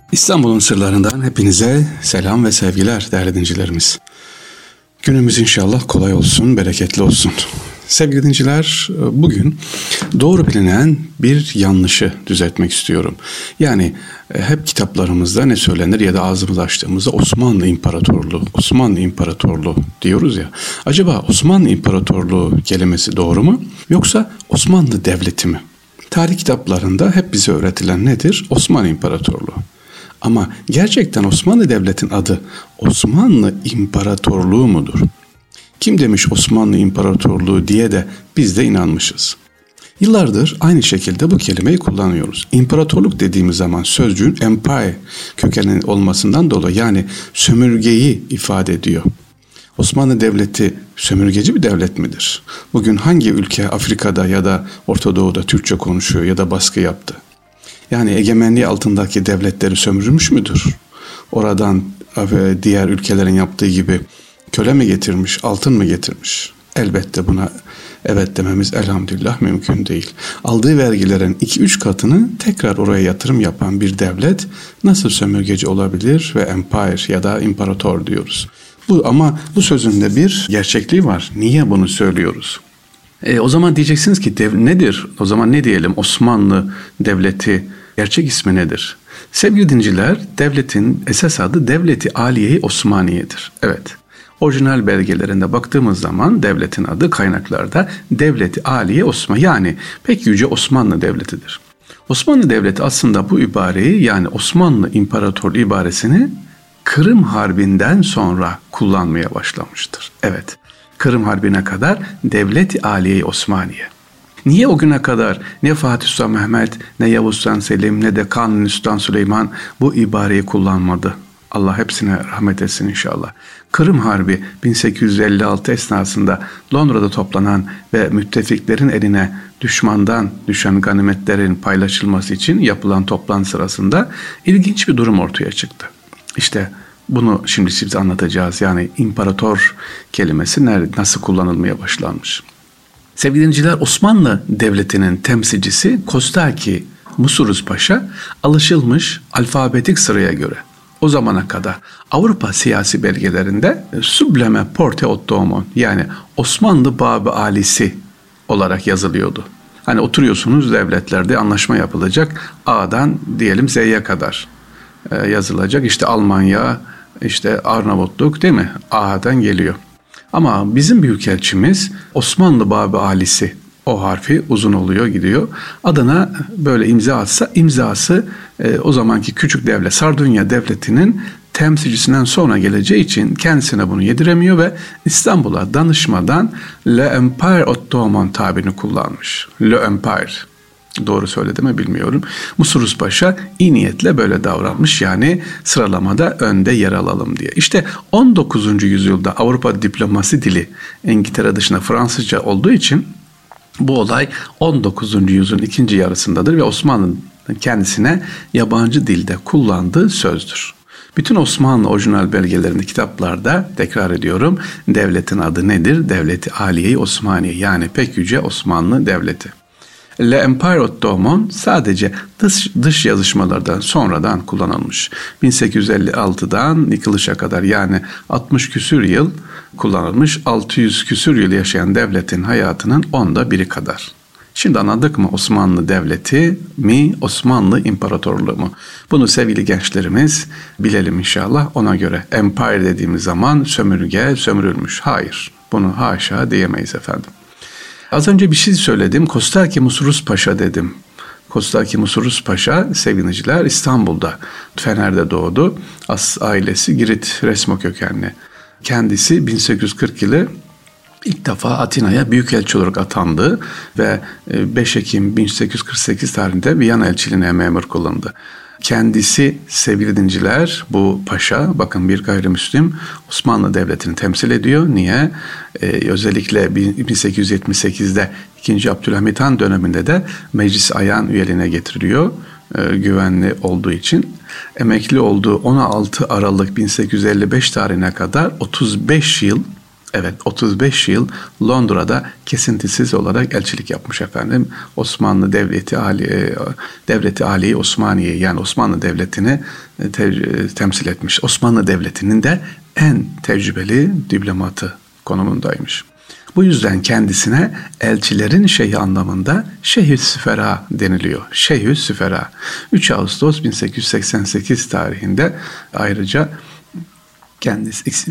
İstanbul'un sırlarından hepinize selam ve sevgiler değerli dinleyicilerimiz. Günümüz inşallah kolay olsun, bereketli olsun. Sevgili dinleyiciler, bugün doğru bilinen bir yanlışı düzeltmek istiyorum. Yani hep kitaplarımızda ne söylenir ya da ağzımızı açtığımızda Osmanlı İmparatorluğu diyoruz ya. Acaba Osmanlı İmparatorluğu kelimesi doğru mu yoksa Osmanlı Devleti mi? Tarih kitaplarında hep bize öğretilen nedir? Osmanlı İmparatorluğu. Ama gerçekten Osmanlı Devleti'nin adı Osmanlı İmparatorluğu mudur? Kim demiş Osmanlı İmparatorluğu diye de biz de inanmışız. Yıllardır aynı şekilde bu kelimeyi kullanıyoruz. İmparatorluk dediğimiz zaman sözcüğün empire kökeninin olmasından dolayı yani sömürgeyi ifade ediyor. Osmanlı Devleti sömürgeci bir devlet midir? Bugün hangi ülke Afrika'da ya da Orta Doğu'da Türkçe konuşuyor ya da baskı yaptı? Yani egemenliği altındaki devletleri sömürmüş müdür? Oradan diğer ülkelerin yaptığı gibi köle mi getirmiş, altın mı getirmiş? Elbette buna evet dememiz elhamdülillah mümkün değil. Aldığı vergilerin 2-3 katını tekrar oraya yatırım yapan bir devlet nasıl sömürgeci olabilir ve empire ya da imparator diyoruz. Ama bu sözün de bir gerçekliği var. Niye bunu söylüyoruz? O zaman diyeceksiniz ki nedir? O zaman ne diyelim? Osmanlı Devleti gerçek ismi nedir? Sevgili dinleyiciler, devletin esas adı Devleti Aliye-i Osmaniye'dir. Evet. Orijinal belgelerinde baktığımız zaman devletin adı kaynaklarda Devleti Aliye Osman yani pek yüce Osmanlı Devleti'dir. Osmanlı Devleti aslında bu ibareyi yani Osmanlı İmparatorluğu ibaresini Kırım Harbi'nden sonra kullanmaya başlamıştır. Evet. Kırım Harbi'ne kadar Devlet-i Aliye-i Osmaniye. Niye o güne kadar ne Fatih Sultan Mehmet, ne Yavuz Sultan Selim, ne de Kanuni Sultan Süleyman bu ibareyi kullanmadı? Allah hepsine rahmet etsin inşallah. Kırım Harbi 1856 esnasında Londra'da toplanan ve müttefiklerin eline düşmandan düşen ganimetlerin paylaşılması için yapılan toplantı sırasında ilginç bir durum ortaya çıktı. İşte bunu şimdi size anlatacağız. Yani imparator kelimesi nasıl kullanılmaya başlanmış. Sevgili dinleyiciler, Osmanlı Devleti'nin temsilcisi Kostaki Musuruz Paşa alışılmış alfabetik sıraya göre o zamana kadar Avrupa siyasi belgelerinde Sublime Porte Ottomon yani Osmanlı Babı Alisi olarak yazılıyordu. Hani oturuyorsunuz devletlerde anlaşma yapılacak A'dan diyelim Z'ye kadar yazılacak. İşte Almanya, işte Arnavutluk değil mi? A'dan geliyor. Ama bizim büyükelçimiz Osmanlı Babı Alisi o harfi uzun oluyor gidiyor. Adına böyle imza atsa imzası o zamanki küçük devlet Sardunya Devleti'nin temsilcisinden sonra geleceği için kendisine bunu yediremiyor ve İstanbul'a danışmadan Le Empire Ottoman tabirini kullanmış. Le Empire. Doğru söyledi mi bilmiyorum. Musuruz Paşa iyi niyetle böyle davranmış yani sıralamada önde yer alalım diye. İşte 19. yüzyılda Avrupa diplomasi dili İngiltere dışında Fransızca olduğu için bu olay 19. yüzyılın ikinci yarısındadır ve Osmanlı'nın kendisine yabancı dilde kullandığı sözdür. Bütün Osmanlı orijinal belgelerinde kitaplarda tekrar ediyorum devletin adı nedir? Devleti Aliye-i Osmaniye yani pek yüce Osmanlı Devleti. Le Empire Ottoman sadece dış yazışmalardan sonradan kullanılmış. 1856'dan yıkılışa kadar yani 60 küsür yıl kullanılmış. 600 küsür yıl yaşayan devletin hayatının 1/10 kadar. Şimdi anladık mı Osmanlı Devleti mi, Osmanlı İmparatorluğu mu? Bunu sevgili gençlerimiz bilelim inşallah ona göre. Empire dediğimiz zaman sömürge, sömürülmüş. Hayır, bunu haşa diyemeyiz efendim. Az önce bir şey söyledim. Kostaki Musuruz Paşa dedim. Kostaki Musuruz Paşa sevgiliciler İstanbul'da Fener'de doğdu. Ailesi Girit Resmo kökenli. Kendisi 1840 yılı ilk defa Atina'ya büyükelçi olarak atandı ve 5 Ekim 1848 tarihinde Viyana elçiliğine memur kılındı. Kendisi sevgili dinciler bu paşa bakın bir gayrimüslim Osmanlı Devleti'ni temsil ediyor. Niye? Özellikle 1878'de 2. Abdülhamit Han döneminde de meclis ayağın üyeliğine getiriliyor. Güvenli olduğu için. Emekli olduğu 16 Aralık 1855 tarihine kadar 35 yıl Evet, 35 yıl Londra'da kesintisiz olarak elçilik yapmış efendim. Osmanlı Devleti Aliye Osmaniye, yani Osmanlı Devleti'ni temsil etmiş. Osmanlı Devleti'nin de en tecrübeli diplomatı konumundaymış. Bu yüzden kendisine elçilerin şeyhi anlamında Şeyhü Süfera deniliyor. Şeyhü Süfera. 3 Ağustos 1888 tarihinde ayrıca kendisi,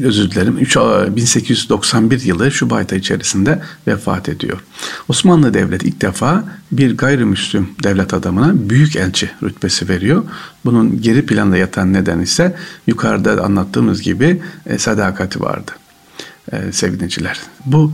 1891 yılı Şubat ayı içerisinde vefat ediyor. Osmanlı Devleti ilk defa bir gayrimüslim devlet adamına büyükelçi rütbesi veriyor. Bunun geri planda yatan neden ise yukarıda anlattığımız gibi sadakati vardı. Sevgili dinleyiciler, bu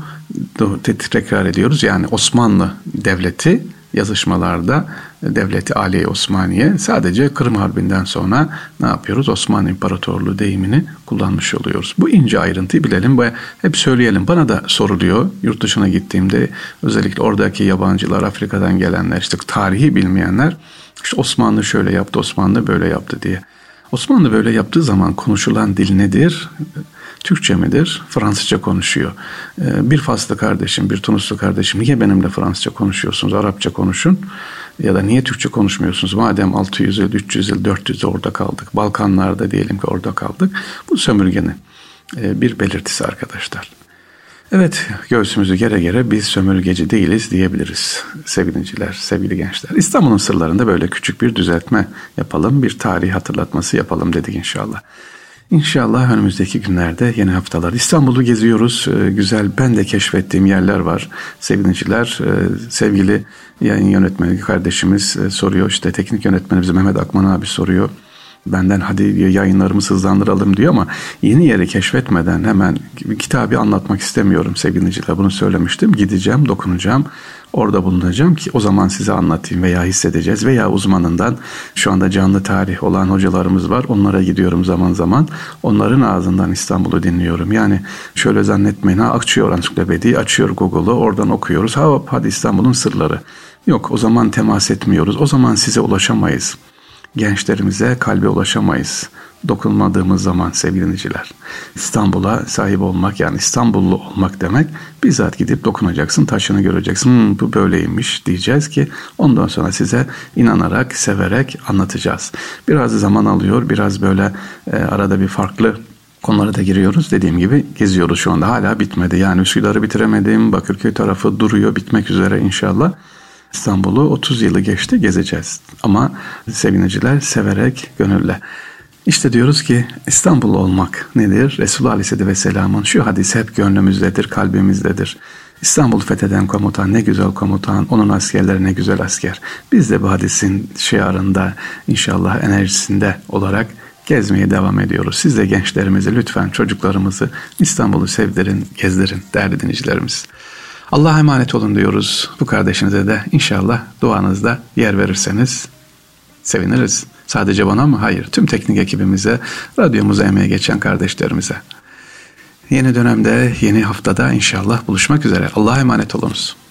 tekrar ediyoruz, yani Osmanlı Devleti yazışmalarda Devleti Aliye Osmaniye, sadece Kırım Harbi'nden sonra ne yapıyoruz? Osmanlı İmparatorluğu deyimini kullanmış oluyoruz. Bu ince ayrıntıyı bilelim ve hep söyleyelim. Bana da soruluyor yurt dışına gittiğimde, özellikle oradaki yabancılar, Afrika'dan gelenler, işte tarihi bilmeyenler, işte Osmanlı şöyle yaptı, Osmanlı böyle yaptı diye. Osmanlı böyle yaptığı zaman konuşulan dil nedir? Türkçe midir? Fransızca konuşuyor. Bir Faslı kardeşim, bir Tunuslu kardeşim, niye benimle Fransızca konuşuyorsunuz? Arapça konuşun. Ya da niye Türkçe konuşmuyorsunuz? Madem 600 yıl, 300 yıl, 400 yıl orada kaldık. Balkanlarda diyelim ki orada kaldık. Bu sömürgenin bir belirtisi arkadaşlar. Evet, göğsümüzü gere gere biz sömürgeci değiliz diyebiliriz sevgili dinleyiciler, sevgili gençler. İstanbul'un sırlarında böyle küçük bir düzeltme yapalım, bir tarih hatırlatması yapalım dedik inşallah. İnşallah önümüzdeki günlerde, yeni haftalar İstanbul'u geziyoruz. Güzel, ben de keşfettiğim yerler var sevgili dinleyiciler. Sevgili yayın yönetmeni kardeşimiz soruyor, işte teknik yönetmenimiz Mehmet Akman abi soruyor. Benden hadi yayınlarımızı hızlandıralım diyor ama yeni yeri keşfetmeden hemen kitabı anlatmak istemiyorum sevgili dinleyiciler. Bunu söylemiştim. Gideceğim, dokunacağım, orada bulunacağım ki o zaman size anlatayım veya hissedeceğiz veya uzmanından, şu anda canlı tarih olan hocalarımız var. Onlara gidiyorum zaman zaman. Onların ağzından İstanbul'u dinliyorum. Yani şöyle zannetmeyin, açıyor ansiklopediyi, açıyor Google'u, oradan okuyoruz. Hadi İstanbul'un sırları. Yok, o zaman temas etmiyoruz. O zaman size ulaşamayız. Gençlerimize, kalbe ulaşamayız dokunmadığımız zaman sevgili dinleyiciler. İstanbul'a sahip olmak, yani İstanbullu olmak demek, bizzat gidip dokunacaksın, taşını göreceksin. Bu böyleymiş diyeceğiz ki ondan sonra size inanarak, severek anlatacağız. Biraz zaman alıyor, biraz böyle arada bir farklı konulara da giriyoruz. Dediğim gibi geziyoruz şu anda, hala bitmedi. Yani Üsküdar'ı bitiremedim, Bakırköy tarafı duruyor, bitmek üzere inşallah. İstanbul'u 30 yılı geçti, gezeceğiz. Ama sevgiliciler, severek, gönülle. İşte diyoruz ki İstanbul olmak nedir? Resulullah Aleyhisselatü Vesselam'ın şu hadis hep gönlümüzdedir, kalbimizdedir. İstanbul'u fetheden komutan ne güzel komutan, onun askerleri ne güzel asker. Biz de bu hadisin şiarında, inşallah enerjisinde olarak gezmeye devam ediyoruz. Siz de gençlerimizi, lütfen çocuklarımızı İstanbul'u sevdirin, gezdirin değerli dinleyicilerimiz. Allah'a emanet olun diyoruz. Bu kardeşinize de inşallah duanızda yer verirseniz seviniriz. Sadece bana mı? Hayır. Tüm teknik ekibimize, radyomuza emeğe geçen kardeşlerimize. Yeni dönemde, yeni haftada inşallah buluşmak üzere. Allah'a emanet olunuz.